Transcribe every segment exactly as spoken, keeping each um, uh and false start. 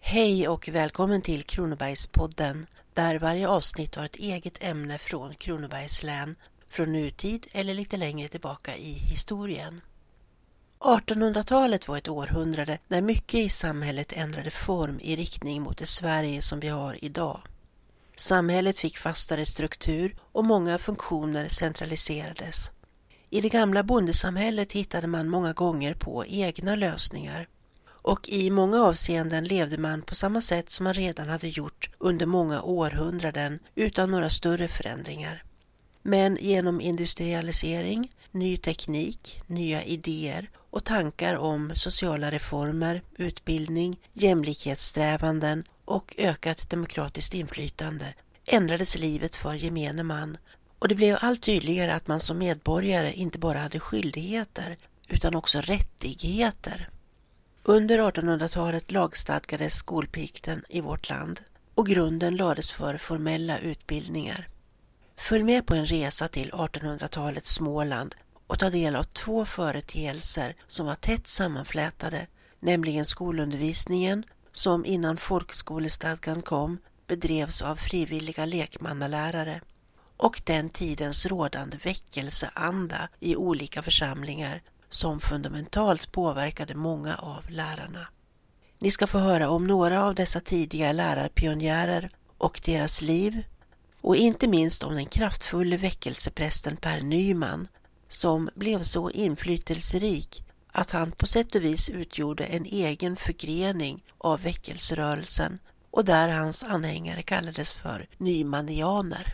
Hej och välkommen till Kronobergspodden, där varje avsnitt har ett eget ämne från Kronobergs län, från nutid eller lite längre tillbaka i historien. artonhundratalet var ett århundrade när mycket i samhället ändrade form i riktning mot det Sverige som vi har idag. Samhället fick fastare struktur och många funktioner centraliserades. I det gamla bondesamhället hittade man många gånger på egna lösningar. Och i många avseenden levde man på samma sätt som man redan hade gjort under många århundraden utan några större förändringar. Men genom industrialisering, ny teknik, nya idéer och tankar om sociala reformer, utbildning, jämlikhetssträvanden och ökat demokratiskt inflytande ändrades livet för gemene man. Och det blev allt tydligare att man som medborgare inte bara hade skyldigheter utan också rättigheter. Under artonhundratalet lagstadgades skolplikten i vårt land och grunden lades för formella utbildningar. Följ med på en resa till artonhundratalets Småland och ta del av två företeelser som var tätt sammanflätade, nämligen skolundervisningen som innan folkskolestadgan kom bedrevs av frivilliga lekmannalärare och den tidens rådande väckelseanda i olika församlingar som fundamentalt påverkade många av lärarna. Ni ska få höra om några av dessa tidiga lärarpionjärer och deras liv och inte minst om den kraftfulla väckelseprästen Per Nyman som blev så inflytelserik att han på sätt och vis utgjorde en egen förgrening av väckelserörelsen och där hans anhängare kallades för nymanianer.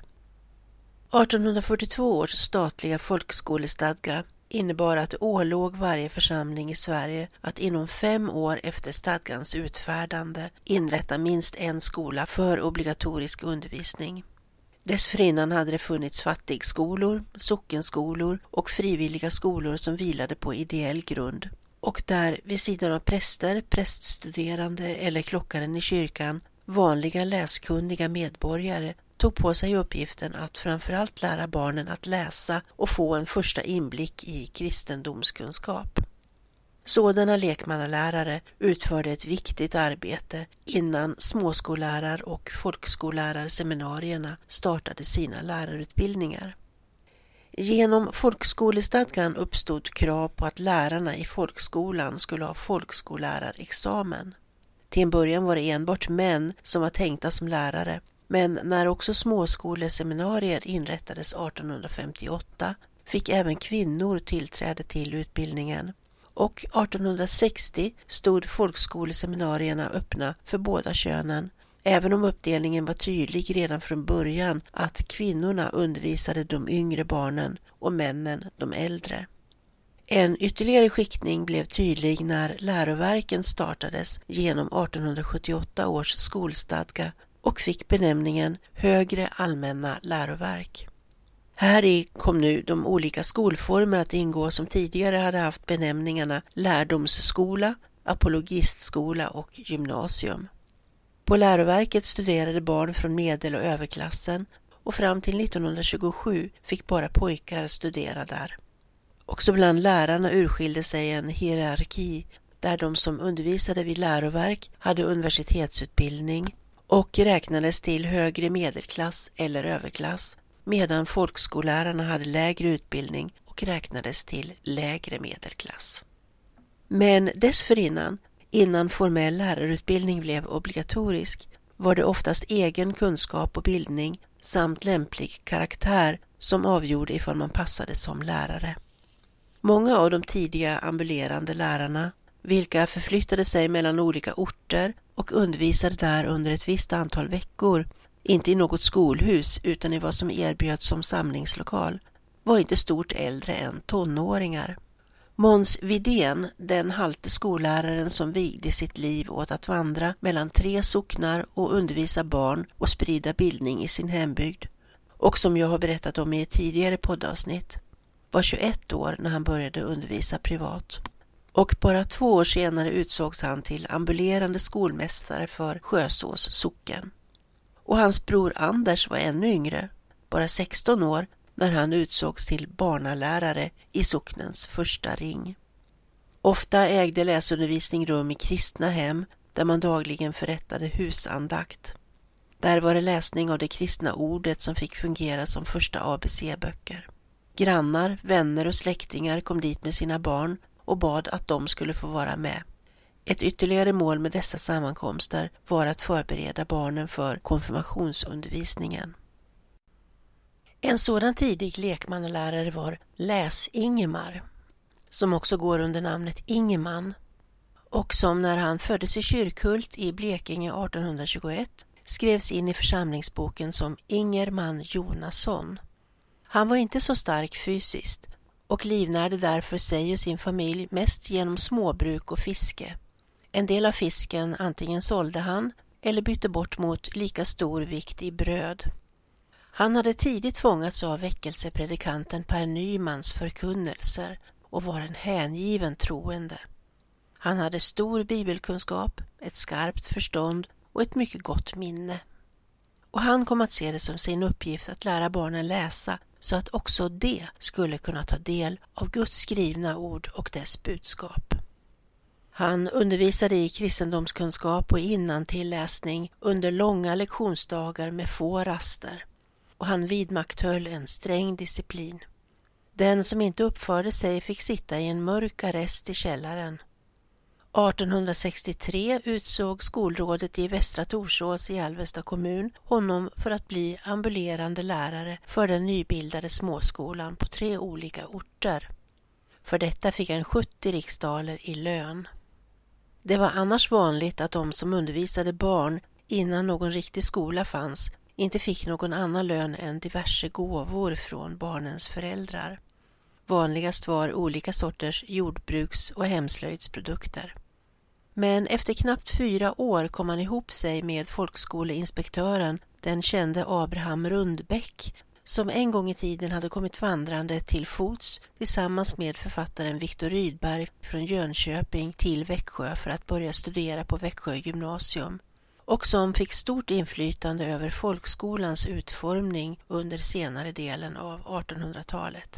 artonhundrafyrtiotvå års statliga folkskolestadga innebar att det ålåg varje församling i Sverige att inom fem år efter stadgans utfärdande inrätta minst en skola för obligatorisk undervisning. Dessförinnan hade det funnits fattigskolor, sockenskolor och frivilliga skolor som vilade på ideell grund och där vid sidan av präster, präststuderande eller klockaren i kyrkan vanliga läskunniga medborgare tog på sig uppgiften att framförallt lära barnen att läsa och få en första inblick i kristendomskunskap. Sådana lekmannalärare utförde ett viktigt arbete innan småskollärar- och folkskollärarseminarierna startade sina lärarutbildningar. Genom folkskolestadgan uppstod krav på att lärarna i folkskolan skulle ha folkskollärarexamen. Till en början var det enbart män som var tänkta som lärare. Men när också småskoleseminarier inrättades artonhundrafemtioåtta fick även kvinnor tillträde till utbildningen och artonhundrasextio stod folkskoleseminarierna öppna för båda könen, även om uppdelningen var tydlig redan från början att kvinnorna undervisade de yngre barnen och männen de äldre. En ytterligare skiktning blev tydlig när läroverken startades genom artonhundrasjuttioåtta års skolstadga och fick benämningen Högre allmänna läroverk. Här i kom nu de olika skolformer att ingå som tidigare hade haft benämningarna lärdomsskola, apologistskola och gymnasium. På läroverket studerade barn från medel- och överklassen och fram till nittonhundratjugosju fick bara pojkar studera där. Också bland lärarna urskilde sig en hierarki där de som undervisade vid läroverk hade universitetsutbildning och räknades till högre medelklass eller överklass, medan folkskollärarna hade lägre utbildning och räknades till lägre medelklass. Men dessförinnan, innan formell lärarutbildning blev obligatorisk, var det oftast egen kunskap och bildning samt lämplig karaktär som avgjorde ifall man passade som lärare. Många av de tidiga ambulerande lärarna, vilka förflyttade sig mellan olika orter och undervisade där under ett visst antal veckor, inte i något skolhus utan i vad som erbjöds som samlingslokal, var inte stort äldre än tonåringar. Måns Widén, den halte skolläraren som vigde sitt liv åt att vandra mellan tre socknar och undervisa barn och sprida bildning i sin hembygd, och som jag har berättat om i ett tidigare poddavsnitt, var tjugoett år när han började undervisa privat. Och bara två år senare utsågs han till ambulerande skolmästare för Sjösås socken. Och hans bror Anders var ännu yngre, bara sexton år, när han utsågs till barnalärare i socknens första ring. Ofta ägde läsundervisning rum i kristna hem där man dagligen förrättade husandakt. Där var det läsning av det kristna ordet som fick fungera som första A B C-böcker. Grannar, vänner och släktingar kom dit med sina barn och bad att de skulle få vara med. Ett ytterligare mål med dessa sammankomster var att förbereda barnen för konfirmationsundervisningen. En sådan tidig lekmannalärare var Läs-Ingemar, som också går under namnet Ingeman, och som när han föddes i Kyrkhult i Blekinge artonhundratjugoett skrevs in i församlingsboken som Ingerman Jonasson. Han var inte så stark fysiskt och livnärde därför sig och sin familj mest genom småbruk och fiske. En del av fisken antingen sålde han eller bytte bort mot lika stor vikt i bröd. Han hade tidigt fångats av väckelsepredikanten Per Nymans förkunnelser och var en hängiven troende. Han hade stor bibelkunskap, ett skarpt förstånd och ett mycket gott minne. Och han kom att se det som sin uppgift att lära barnen läsa så att också de skulle kunna ta del av Guds skrivna ord och dess budskap. Han undervisade i kristendomskunskap och innantilläsning under långa lektionsdagar med få raster, och han vidmakthöll en sträng disciplin. Den som inte uppförde sig fick sitta i en mörk arrest i källaren. artonhundrasextiotre utsåg skolrådet i Västra Torsås i Alvesta kommun honom för att bli ambulerande lärare för den nybildade småskolan på tre olika orter. För detta fick han sjuttio riksdaler i lön. Det var annars vanligt att de som undervisade barn innan någon riktig skola fanns inte fick någon annan lön än diverse gåvor från barnens föräldrar. Vanligast var olika sorters jordbruks- och hemslöjdsprodukter. Men efter knappt fyra år kom han ihop sig med folkskoleinspektören, den kände Abraham Rundbäck, som en gång i tiden hade kommit vandrande till fots tillsammans med författaren Viktor Rydberg från Jönköping till Växjö för att börja studera på Växjö gymnasium, och som fick stort inflytande över folkskolans utformning under senare delen av artonhundratalet.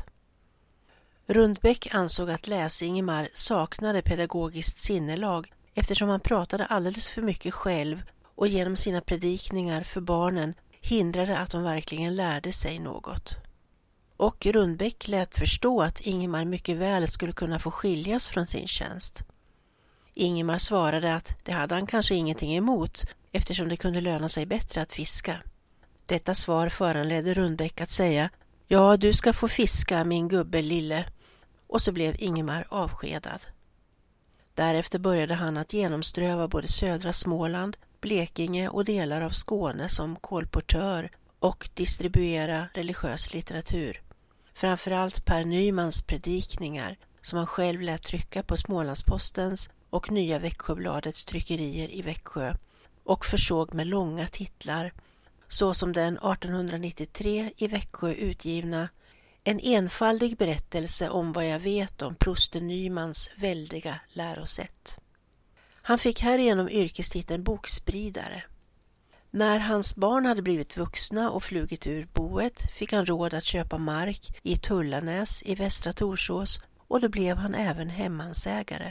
Rundbäck ansåg att Läs-Ingemar saknade pedagogiskt sinnelag eftersom han pratade alldeles för mycket själv och genom sina predikningar för barnen hindrade att de verkligen lärde sig något. Och Rundbäck lät förstå att Ingemar mycket väl skulle kunna få skiljas från sin tjänst. Ingemar svarade att det hade han kanske ingenting emot eftersom det kunde löna sig bättre att fiska. Detta svar föranledde Rundbäck att säga: ja, du ska få fiska, min gubbe lille. Och så blev Ingemar avskedad. Därefter började han att genomströva både södra Småland, Blekinge och delar av Skåne som kolportör och distribuera religiös litteratur. Framförallt Per Nymans predikningar som han själv lät trycka på Smålandspostens och Nya Växjöbladets tryckerier i Växjö och försåg med långa titlar, så som den artonhundranittiotre i Växjö utgivna En enfaldig berättelse om vad jag vet om prosten Nymans väldiga lärosätt. Han fick härigenom yrkestiteln bokspridare. När hans barn hade blivit vuxna och flugit ur boet fick han råd att köpa mark i Tullanäs i Västra Torsås, och då blev han även hemmansägare.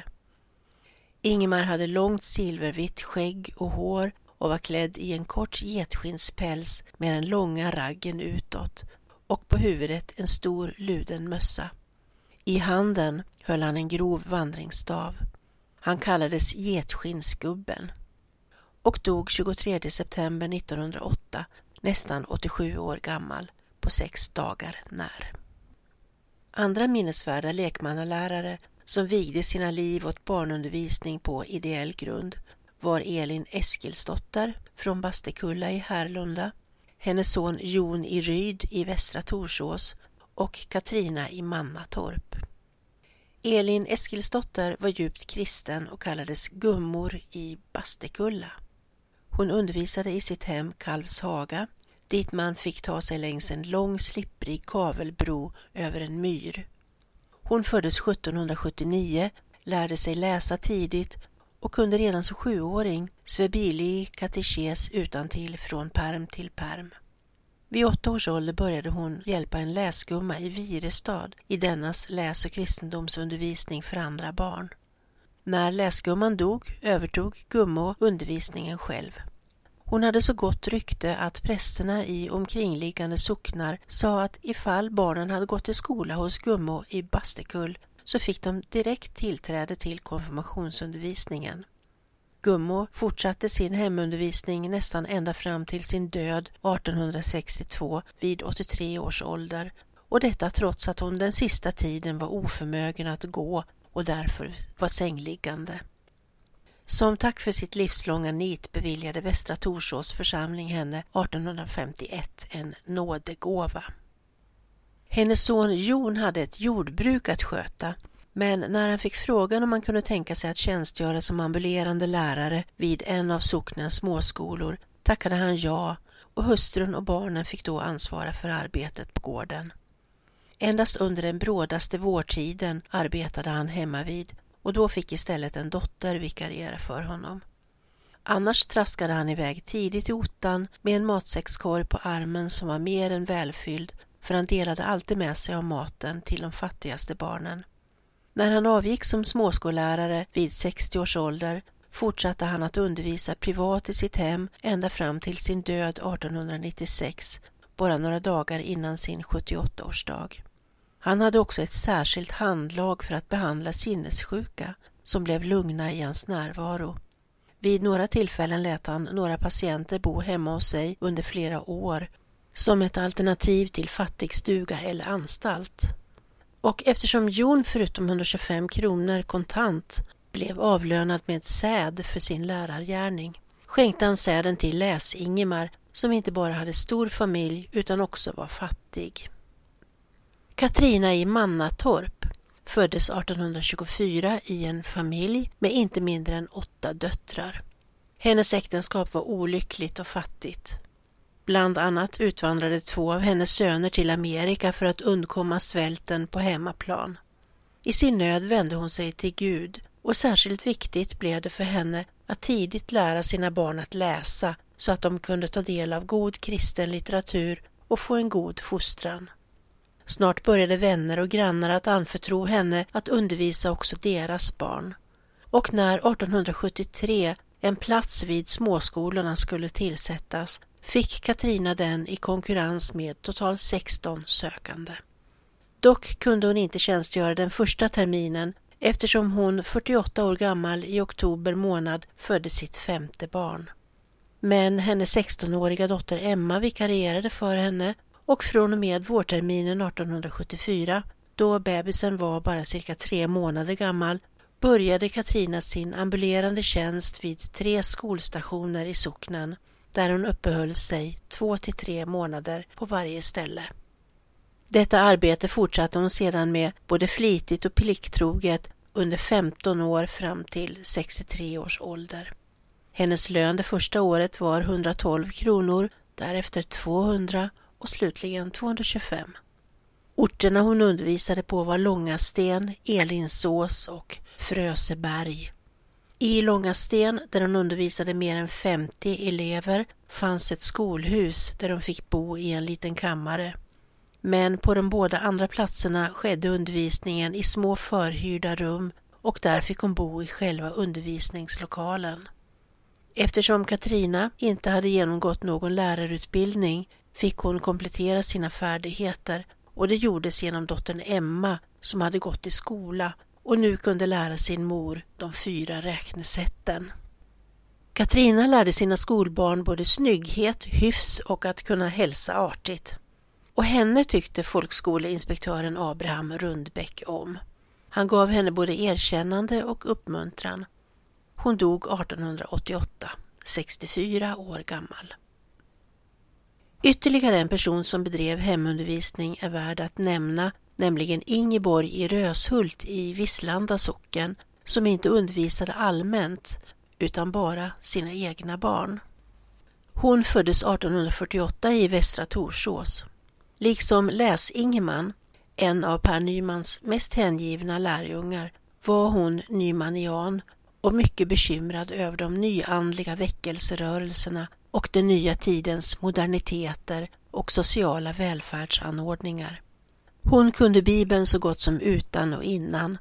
Ingemar hade långt silvervitt skägg och hår och var klädd i en kort getskinnspäls med den långa raggen utåt och på huvudet en stor luden mössa. I handen höll han en grov vandringsstav. Han kallades Getskinnsgubben och dog tjugotredje september nittonhundraåtta, nästan åttiosju år gammal, på sex dagar när. Andra minnesvärda lekmannalärare som vigde sina liv åt barnundervisning på ideell grund var Elin Eskilsdotter från Bastekulla i Härlunda, hennes son Jon i Ryd i Västra Torsås och Katrina i Mannatorp. Elin Eskilsdotter var djupt kristen och kallades Gummor i Bastekulla. Hon undervisade i sitt hem Kalvshaga, dit man fick ta sig längs en lång slipprig kavelbro över en myr. Hon föddes sjuttonhundrasjuttionio, lärde sig läsa tidigt och kunde redan som sjuåring svebili katekes utantill från perm till perm. Vid åtta års ålder började hon hjälpa en läsgumma i Virestad i dennas läs- och kristendomsundervisning för andra barn. När läsgumman dog övertog Gummo undervisningen själv. Hon hade så gott rykte att prästerna i omkringliggande socknar sa att ifall barnen hade gått till skola hos Gummo i Bastekull så fick de direkt tillträde till konfirmationsundervisningen. Gummo fortsatte sin hemundervisning nästan ända fram till sin död artonhundrasextiotvå vid åttiotre års ålder, och detta trots att hon den sista tiden var oförmögen att gå och därför var sängliggande. Som tack för sitt livslånga nit beviljade Västra Torsås församling henne artonhundrafemtioett en nådegåva. Hennes son Jon hade ett jordbruk att sköta, men när han fick frågan om han kunde tänka sig att tjänstgöra som ambulerande lärare vid en av socknens småskolor tackade han ja, och hustrun och barnen fick då ansvara för arbetet på gården. Endast under den brådaste vårtiden arbetade han hemma vid, och då fick istället en dotter vikariera för honom. Annars traskade han iväg tidigt i ottan med en matsäckskorg på armen som var mer än välfylld, för han delade alltid med sig av maten till de fattigaste barnen. När han avgick som småskollärare vid sextio års ålder fortsatte han att undervisa privat i sitt hem ända fram till sin död artonhundranittiosex, bara några dagar innan sin sjuttioåttaårsdag. Han hade också ett särskilt handlag för att behandla sinnessjuka som blev lugna i hans närvaro. Vid några tillfällen lät han några patienter bo hemma hos sig under flera år som ett alternativ till fattigstuga eller anstalt. Och eftersom Jon förutom hundratjugofem kronor kontant blev avlönad med säd för sin lärargärning skänkte han säden till Läs-Ingemar som inte bara hade stor familj utan också var fattig. Katrina i Mannatorp föddes artonhundratjugofyra i en familj med inte mindre än åtta döttrar. Hennes äktenskap var olyckligt och fattigt. Bland annat utvandrade två av hennes söner till Amerika för att undkomma svälten på hemmaplan. I sin nöd vände hon sig till Gud, och särskilt viktigt blev det för henne att tidigt lära sina barn att läsa så att de kunde ta del av god kristen litteratur och få en god fostran. Snart började vänner och grannar att anförtro henne att undervisa också deras barn. Och när artonhundrasjuttiotre en plats vid småskolorna skulle tillsättas fick Katrina den i konkurrens med totalt sexton sökande. Dock kunde hon inte tjänstgöra den första terminen eftersom hon fyrtioåtta år gammal i oktober månad födde sitt femte barn. Men hennes sextonåriga dotter Emma vikarierade för henne, och från och med vårterminen artonhundrasjuttiofyra, då bebisen var bara cirka tre månader gammal, började Katrina sin ambulerande tjänst vid tre skolstationer i socknen, där hon uppehöll sig två till tre månader på varje ställe. Detta arbete fortsatte hon sedan med både flitigt och plikttroget under femton år fram till sextiotre års ålder. Hennes lön det första året var hundratolv kronor, därefter tvåhundra och slutligen tvåhundratjugofem. Orterna hon undervisade på var Långasten, Elinsås och Fröseberg. I Långasten, där hon undervisade mer än femtio elever, fanns ett skolhus där de fick bo i en liten kammare. Men på de båda andra platserna skedde undervisningen i små förhyrda rum, och där fick hon bo i själva undervisningslokalen. Eftersom Katrina inte hade genomgått någon lärarutbildning fick hon komplettera sina färdigheter, och det gjordes genom dottern Emma som hade gått i skola och nu kunde lära sin mor de fyra räknesätten. Katrina lärde sina skolbarn både snygghet, hyfs och att kunna hälsa artigt. Och henne tyckte folkskoleinspektören Abraham Rundbäck om. Han gav henne både erkännande och uppmuntran. Hon dog artonhundraåttioåtta, sextiofyra år gammal. Ytterligare en person som bedrev hemundervisning är värd att nämna, nämligen Ingeborg i Röshult i Visslanda socken, som inte undervisade allmänt utan bara sina egna barn. Hon föddes artonhundrafyrtioåtta i Västra Torsås. Liksom Läs-Ingeman, en av Per Nymans mest hängivna lärjungar, var hon nymanian och mycket bekymrad över de nyandliga väckelserörelserna och den nya tidens moderniteter och sociala välfärdsanordningar. Hon kunde Bibeln så gott som utan och innan,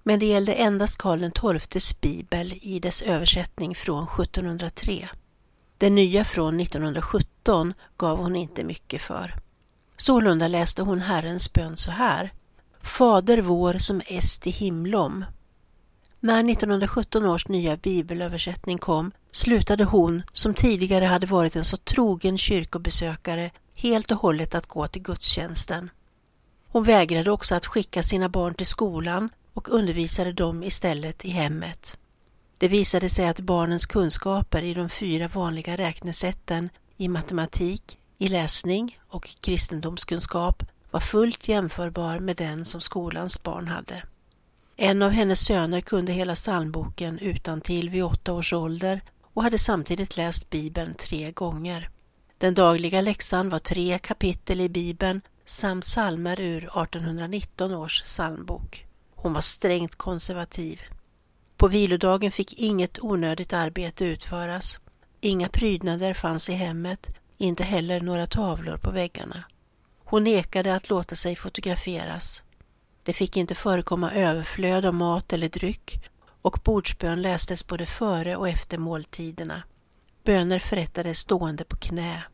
Men det gällde endast Karl den tolftes bibel i dess översättning från sjuttonhundratre. Den nya från nittonhundrasjutton gav hon inte mycket för. Sålunda läste hon Herrens bön så här: Fader vår som est i himlom. När nittonhundrasjutton års nya bibelöversättning kom slutade hon, som tidigare hade varit en så trogen kyrkobesökare, helt och hållet att gå till gudstjänsten. Hon vägrade också att skicka sina barn till skolan och undervisade dem istället i hemmet. Det visade sig att barnens kunskaper i de fyra vanliga räknesätten i matematik, i läsning och kristendomskunskap var fullt jämförbar med den som skolans barn hade. En av hennes söner kunde hela psalmboken utantill vid åtta års ålder och hade samtidigt läst Bibeln tre gånger. Den dagliga läxan var tre kapitel i Bibeln samt psalmer ur artonhundranitton års psalmbok. Hon var strängt konservativ. På vilodagen fick inget onödigt arbete utföras. Inga prydnader fanns i hemmet, inte heller några tavlor på väggarna. Hon nekade att låta sig fotograferas. Det fick inte förekomma överflöd av mat eller dryck och bordsbön lästes både före och efter måltiderna. Böner förrättades stående på knä.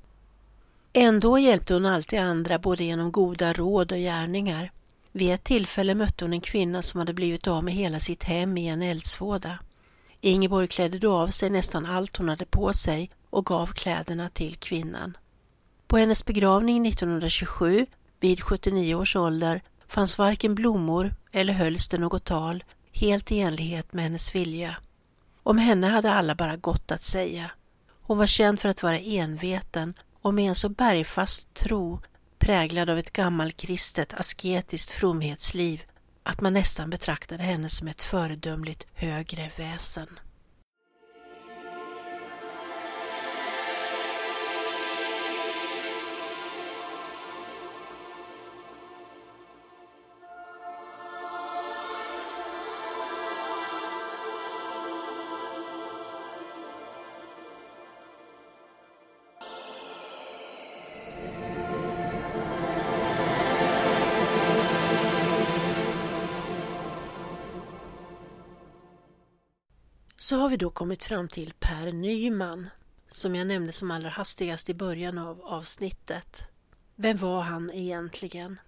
Ändå hjälpte hon alltid andra både genom goda råd och gärningar. Vid ett tillfälle mötte hon en kvinna som hade blivit av med hela sitt hem i en eldsvåda. Ingeborg klädde då av sig nästan allt hon hade på sig och gav kläderna till kvinnan. På hennes begravning nittonhundratjugosju, vid sjuttionio års ålder, fanns varken blommor eller hölls det något tal, helt i enlighet med hennes vilja. Om henne hade alla bara gott att säga. Hon var känd för att vara enveten och med en så bergfast tro, präglad av ett gammalkristet asketiskt fromhetsliv, att man nästan betraktade henne som ett föredömligt högre väsen. Så har vi då kommit fram till Per Nyman, som jag nämnde som allra hastigast i början av avsnittet. Vem var han egentligen?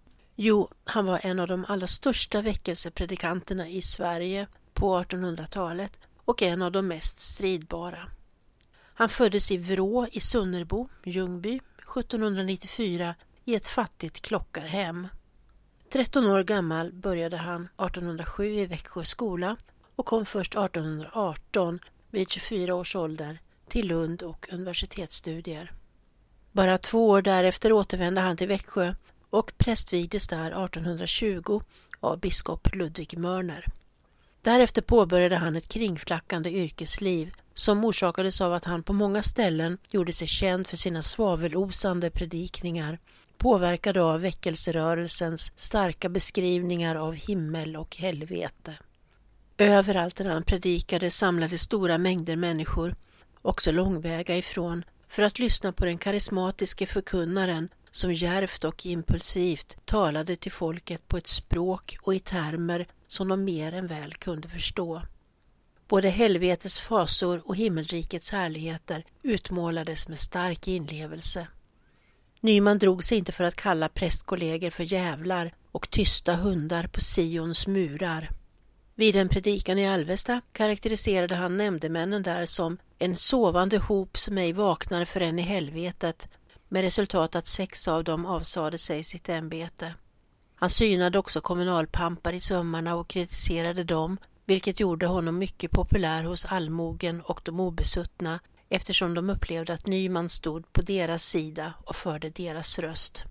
Jo, han var en av de allra största väckelsepredikanterna i Sverige på artonhundratalet och en av de mest stridbara. Han föddes i Vrå i Sunnerbo, Ljungby, sjuttonhundranittiofyra i ett fattigt klockarhem. tretton år gammal började han artonhundrasju i Växjö skola och kom först artonhundraarton vid tjugofyra års ålder till Lund och universitetsstudier. Bara två år därefter återvände han till Växjö och prästvigdes där artonhundratjugo av biskop Ludvig Mörner. Därefter påbörjade han ett kringflackande yrkesliv som orsakades av att han på många ställen gjorde sig känd för sina svavelosande predikningar, påverkade av väckelserörelsens starka beskrivningar av himmel och helvete. Överallt där han predikade samlade stora mängder människor, också långväga ifrån, för att lyssna på den karismatiske förkunnaren som djärvt och impulsivt talade till folket på ett språk och i termer som de mer än väl kunde förstå. Både helvetets fasor och himmelrikets härligheter utmålades med stark inlevelse. Nyman drog sig inte för att kalla prästkollegor för jävlar och tysta hundar på Sions murar. Vid en predikan i Alvesta karaktäriserade han nämndemännen där som en sovande hop som ej vaknar förrän i helvetet, med resultat att sex av dem avsade sig sitt ämbete. Han synade också kommunalpampar i sömmarna och kritiserade dem, vilket gjorde honom mycket populär hos allmogen och de obesuttna, eftersom de upplevde att Nyman stod på deras sida och förde deras röst.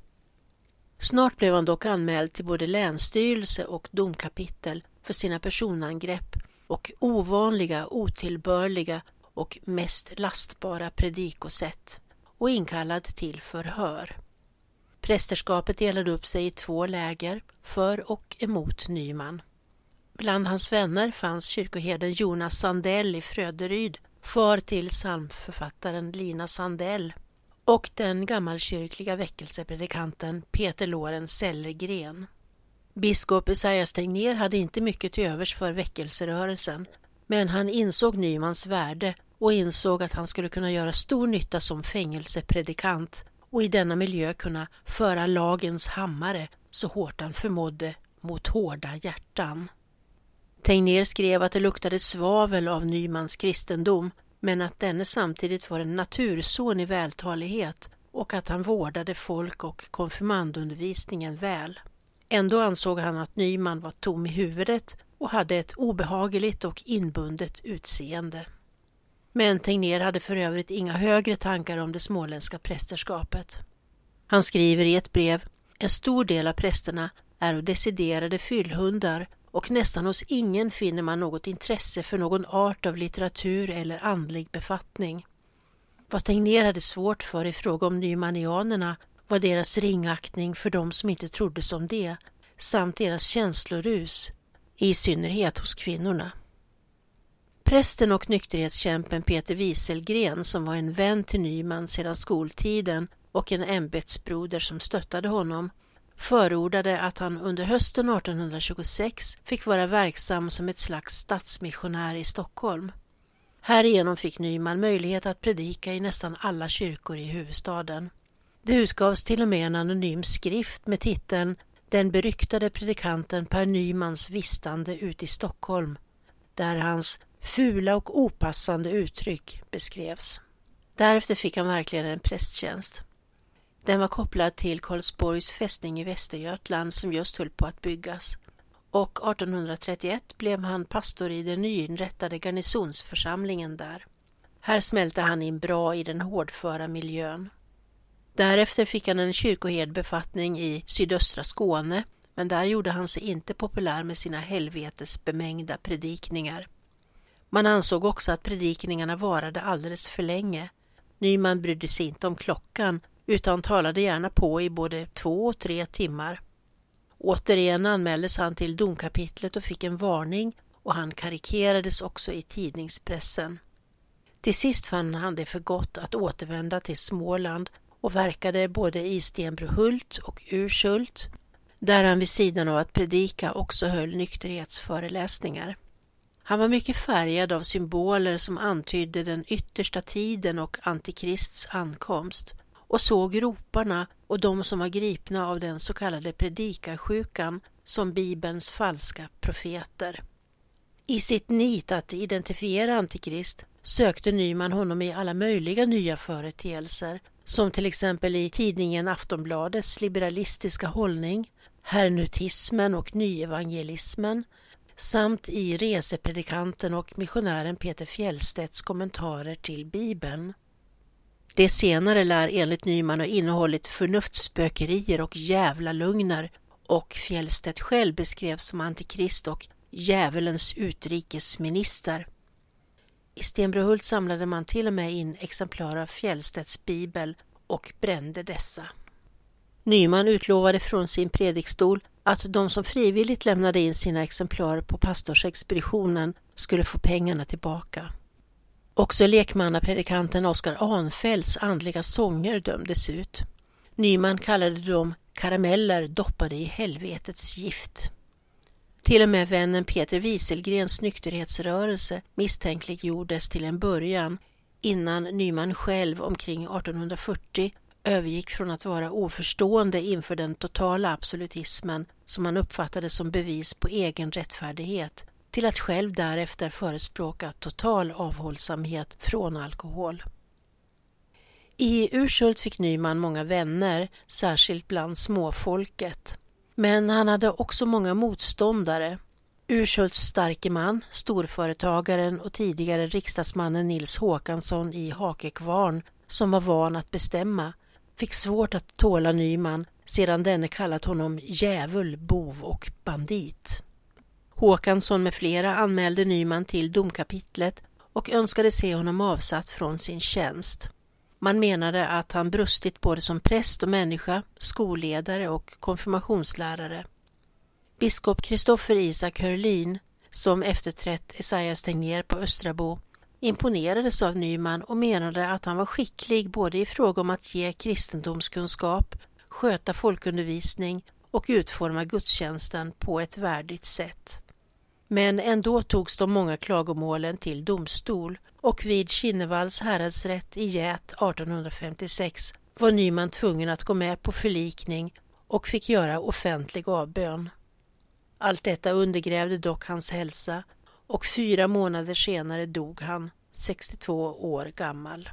Snart blev han dock anmäld till både länsstyrelse och domkapitel för sina personangrepp och ovanliga, otillbörliga och mest lastbara predikosätt och inkallad till förhör. Prästerskapet delade upp sig i två läger, för och emot Nyman. Bland hans vänner fanns kyrkoherden Jonas Sandell i Fröderyd, far till psalmförfattaren Lina Sandell, och den gammalkyrkliga väckelsepredikanten Peter Lorenz Sellergren. Biskop Esaias Tegnér hade inte mycket till övers för väckelserörelsen, men han insåg Nymans värde och insåg att han skulle kunna göra stor nytta som fängelsepredikant och i denna miljö kunna föra lagens hammare så hårt han förmådde mot hårda hjärtan. Tegnér skrev att det luktade svavel av Nymans kristendom, men att denne samtidigt var en naturson i vältalighet och att han vårdade folk och konfirmandundervisningen väl. Ändå ansåg han att Nyman var tom i huvudet och hade ett obehagligt och inbundet utseende. Men Tegnér hade för övrigt inga högre tankar om det småländska prästerskapet. Han skriver i ett brev: en stor del av prästerna är deciderade fyllhundar och nästan hos ingen finner man något intresse för någon art av litteratur eller andlig befattning. Vad Tegnér hade svårt för i fråga om nymanianerna var deras ringaktning för dem som inte trodde som det, samt deras känslorus, i synnerhet hos kvinnorna. Prästen och nykterhetskämpen Peter Wieselgren, som var en vän till Nyman sedan skoltiden och en ämbetsbroder som stöttade honom, förordade att han under hösten artonhundratjugosex fick vara verksam som ett slags statsmissionär i Stockholm. Härigenom fick Nyman möjlighet att predika i nästan alla kyrkor i huvudstaden. Det utgavs till och med en anonym skrift med titeln Den beryktade predikanten Per Nymans vistande ut i Stockholm, där hans fula och opassande uttryck beskrevs. Därefter fick han verkligen en prästtjänst. Den var kopplad till Karlsborgs fästning i Västergötland som just höll på att byggas. Och artonhundratrettioett blev han pastor i den nyinrättade garnisonsförsamlingen där. Här smälte han in bra i den hårdföra miljön. Därefter fick han en kyrkoherdbefattning i sydöstra Skåne, men där gjorde han sig inte populär med sina helvetesbemängda predikningar. Man ansåg också att predikningarna varade alldeles för länge. Nyman brydde sig inte om klockan utan talade gärna på i både två och tre timmar. Återigen anmäldes han till domkapitlet och fick en varning och han karikerades också i tidningspressen. Till sist fann han det för gott att återvända till Småland och verkade både i Stenbrohult och Urshult, där han vid sidan av att predika också höll nykterhetsföreläsningar. Han var mycket färgad av symboler som antydde den yttersta tiden och antikrists ankomst och såg roparna och de som var gripna av den så kallade predikarsjukan som Bibelns falska profeter. I sitt nit att identifiera antikrist sökte Nyman honom i alla möjliga nya företeelser, som till exempel i tidningen Aftonbladets liberalistiska hållning, hernutismen och nyevangelismen, samt i resepredikanten och missionären Peter Fjellstedts kommentarer till Bibeln. Det senare lär enligt Nyman ha innehållit förnuftsspökerier och jävla lugner, och Fjellstedt själv beskrevs som antikrist och djävulens utrikesminister. I Stenbrohult samlade man till och med in exemplar av Fjellstedts bibel och brände dessa. Nyman utlovade från sin predikstol att de som frivilligt lämnade in sina exemplar på pastorsexpeditionen skulle få pengarna tillbaka. Också lekmannapredikanten Oskar Anfelds andliga sånger dömdes ut. Nyman kallade dem karameller doppade i helvetets gift. Till och med vännen Peter Wieselgrens nykterhetsrörelse misstänkliggjordes till en början, innan Nyman själv omkring artonhundrafyrtio övergick från att vara oförstående inför den totala absolutismen som han uppfattade som bevis på egen rättfärdighet till att själv därefter förespråka total avhållsamhet från alkohol. I Urshult fick Nyman många vänner, särskilt bland småfolket. Men han hade också många motståndare. Urshults starke man, storföretagaren och tidigare riksdagsmannen Nils Håkansson i Hakekvarn, som var van att bestämma, fick svårt att tåla Nyman sedan denne kallat honom djävul, bov och bandit. Håkansson med flera anmälde Nyman till domkapitlet och önskade se honom avsatt från sin tjänst. Man menade att han brustit både som präst och människa, skolledare och konfirmationslärare. Biskop Kristoffer Isak Hörlin, som efterträtt Esaias Tegnér på Östrabo, imponerades av Nyman och menade att han var skicklig både i fråga om att ge kristendomskunskap, sköta folkundervisning och utforma gudstjänsten på ett värdigt sätt. Men ändå togs de många klagomålen till domstol och vid Kinnevalls häradsrätt i Gät artonhundrafemtiosex var Nyman tvungen att gå med på förlikning och fick göra offentlig avbön. Allt detta undergrävde dock hans hälsa och fyra månader senare dog han, sextiotvå år gammal.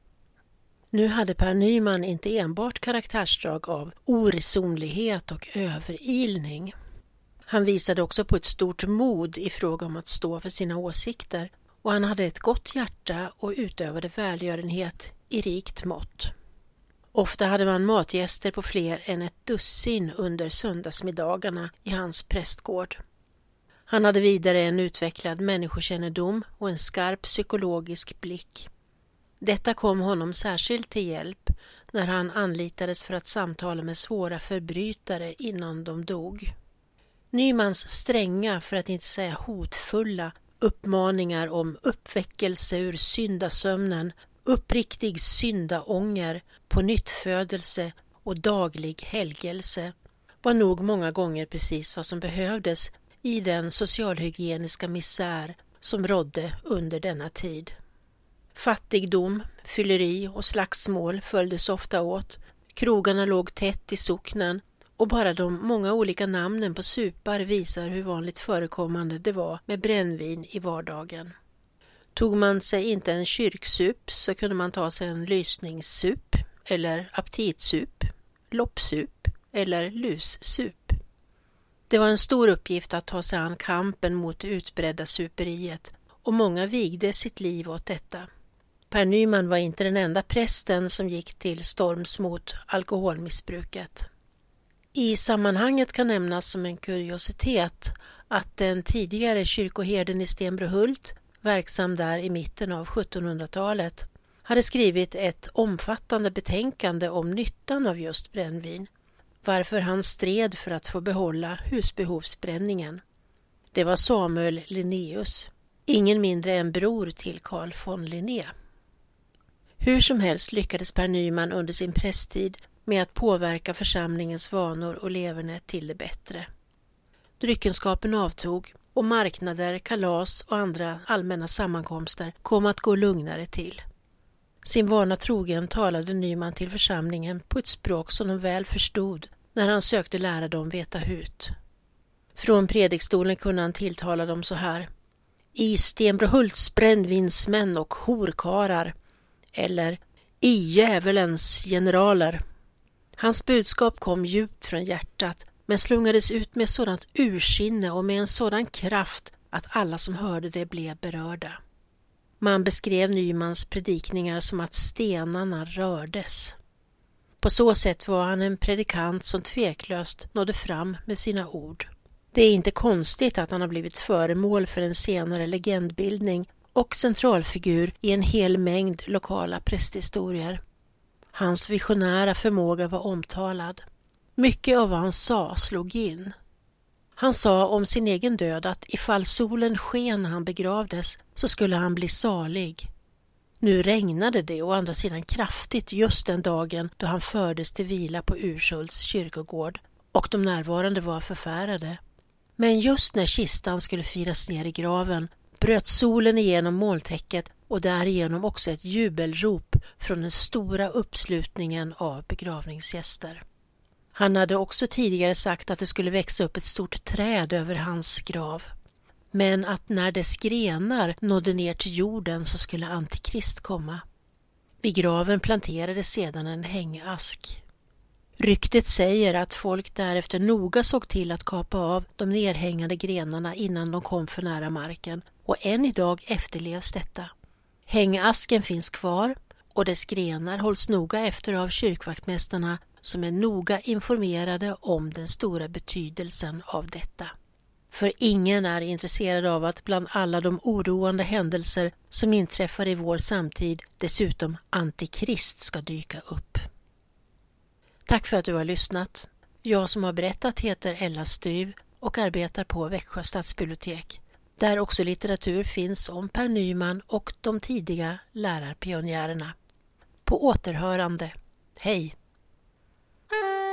Nu hade Per Nyman inte enbart karaktärsdrag av oresonlighet och överilning. Han visade också på ett stort mod i fråga om att stå för sina åsikter och han hade ett gott hjärta och utövade välgörenhet i rikt mått. Ofta hade man matgäster på fler än ett dussin under söndagsmiddagarna i hans prästgård. Han hade vidare en utvecklad människokännedom och en skarp psykologisk blick. Detta kom honom särskilt till hjälp när han anlitades för att samtala med svåra förbrytare innan de dog. Nymans stränga, för att inte säga hotfulla, uppmaningar om uppväckelse ur syndasömnen, uppriktig syndaånger, på nyttfödelse och daglig helgelse var nog många gånger precis vad som behövdes i den socialhygieniska misär som rådde under denna tid. Fattigdom, fylleri och slagsmål följdes ofta åt, krogarna låg tätt i socknen och bara de många olika namnen på supar visar hur vanligt förekommande det var med brännvin i vardagen. Tog man sig inte en kyrksup så kunde man ta sig en lysningssup eller aptitsup, loppsup eller lussup. Det var en stor uppgift att ta sig an kampen mot det utbredda superiet och många vigde sitt liv åt detta. Per Nyman var inte den enda prästen som gick till storms mot alkoholmissbruket. I sammanhanget kan nämnas som en kuriositet att den tidigare kyrkoherden i Stenbrohult, verksam där i mitten av sjuttonhundratalet, hade skrivit ett omfattande betänkande om nyttan av just brännvin, varför han stred för att få behålla husbehovsbränningen. Det var Samuel Linnaeus, ingen mindre än bror till Carl von Linné. Hur som helst lyckades Per Nyman under sin prästtid med att påverka församlingens vanor och leverne till det bättre. Dryckenskapen avtog och marknader, kalas och andra allmänna sammankomster kom att gå lugnare till. Sin vana trogen talade Nyman till församlingen på ett språk som de väl förstod när han sökte lära dem veta hut. Från predikstolen kunde han tilltala dem så här: i Stenbrohults brännvinsmän och horkarar, eller i djävulens generaler. Hans budskap kom djupt från hjärtat men slungades ut med sådant ursinne och med en sådan kraft att alla som hörde det blev berörda. Man beskrev Nymans predikningar som att stenarna rördes. På så sätt var han en predikant som tveklöst nådde fram med sina ord. Det är inte konstigt att han har blivit föremål för en senare legendbildning och centralfigur i en hel mängd lokala prästhistorier. Hans visionära förmåga var omtalad. Mycket av vad han sa slog in. Han sa om sin egen död att ifall solen sken när han begravdes så skulle han bli salig. Nu regnade det å andra sidan kraftigt just den dagen då han fördes till vila på Urshults kyrkogård och de närvarande var förfärade. Men just när kistan skulle firas ner i graven bröt solen igenom molntäcket och därigenom också ett jubelrop från den stora uppslutningen av begravningsgäster. Han hade också tidigare sagt att det skulle växa upp ett stort träd över hans grav, men att när dess grenar nådde ner till jorden så skulle Antikrist komma. Vid graven planterades sedan en hängask. Ryktet säger att folk därefter noga såg till att kapa av de nerhängande grenarna innan de kom för nära marken, och än idag efterlevs detta. Hängasken finns kvar och dess grenar hålls noga efter av kyrkvaktmästarna som är noga informerade om den stora betydelsen av detta. För ingen är intresserad av att bland alla de oroande händelser som inträffar i vår samtid dessutom Antikrist ska dyka upp. Tack för att du har lyssnat. Jag som har berättat heter Ella Styv och arbetar på Växjö stadsbibliotek, där också litteratur finns om Per Nyman och de tidiga lärarpionjärerna. På återhörande. Hej!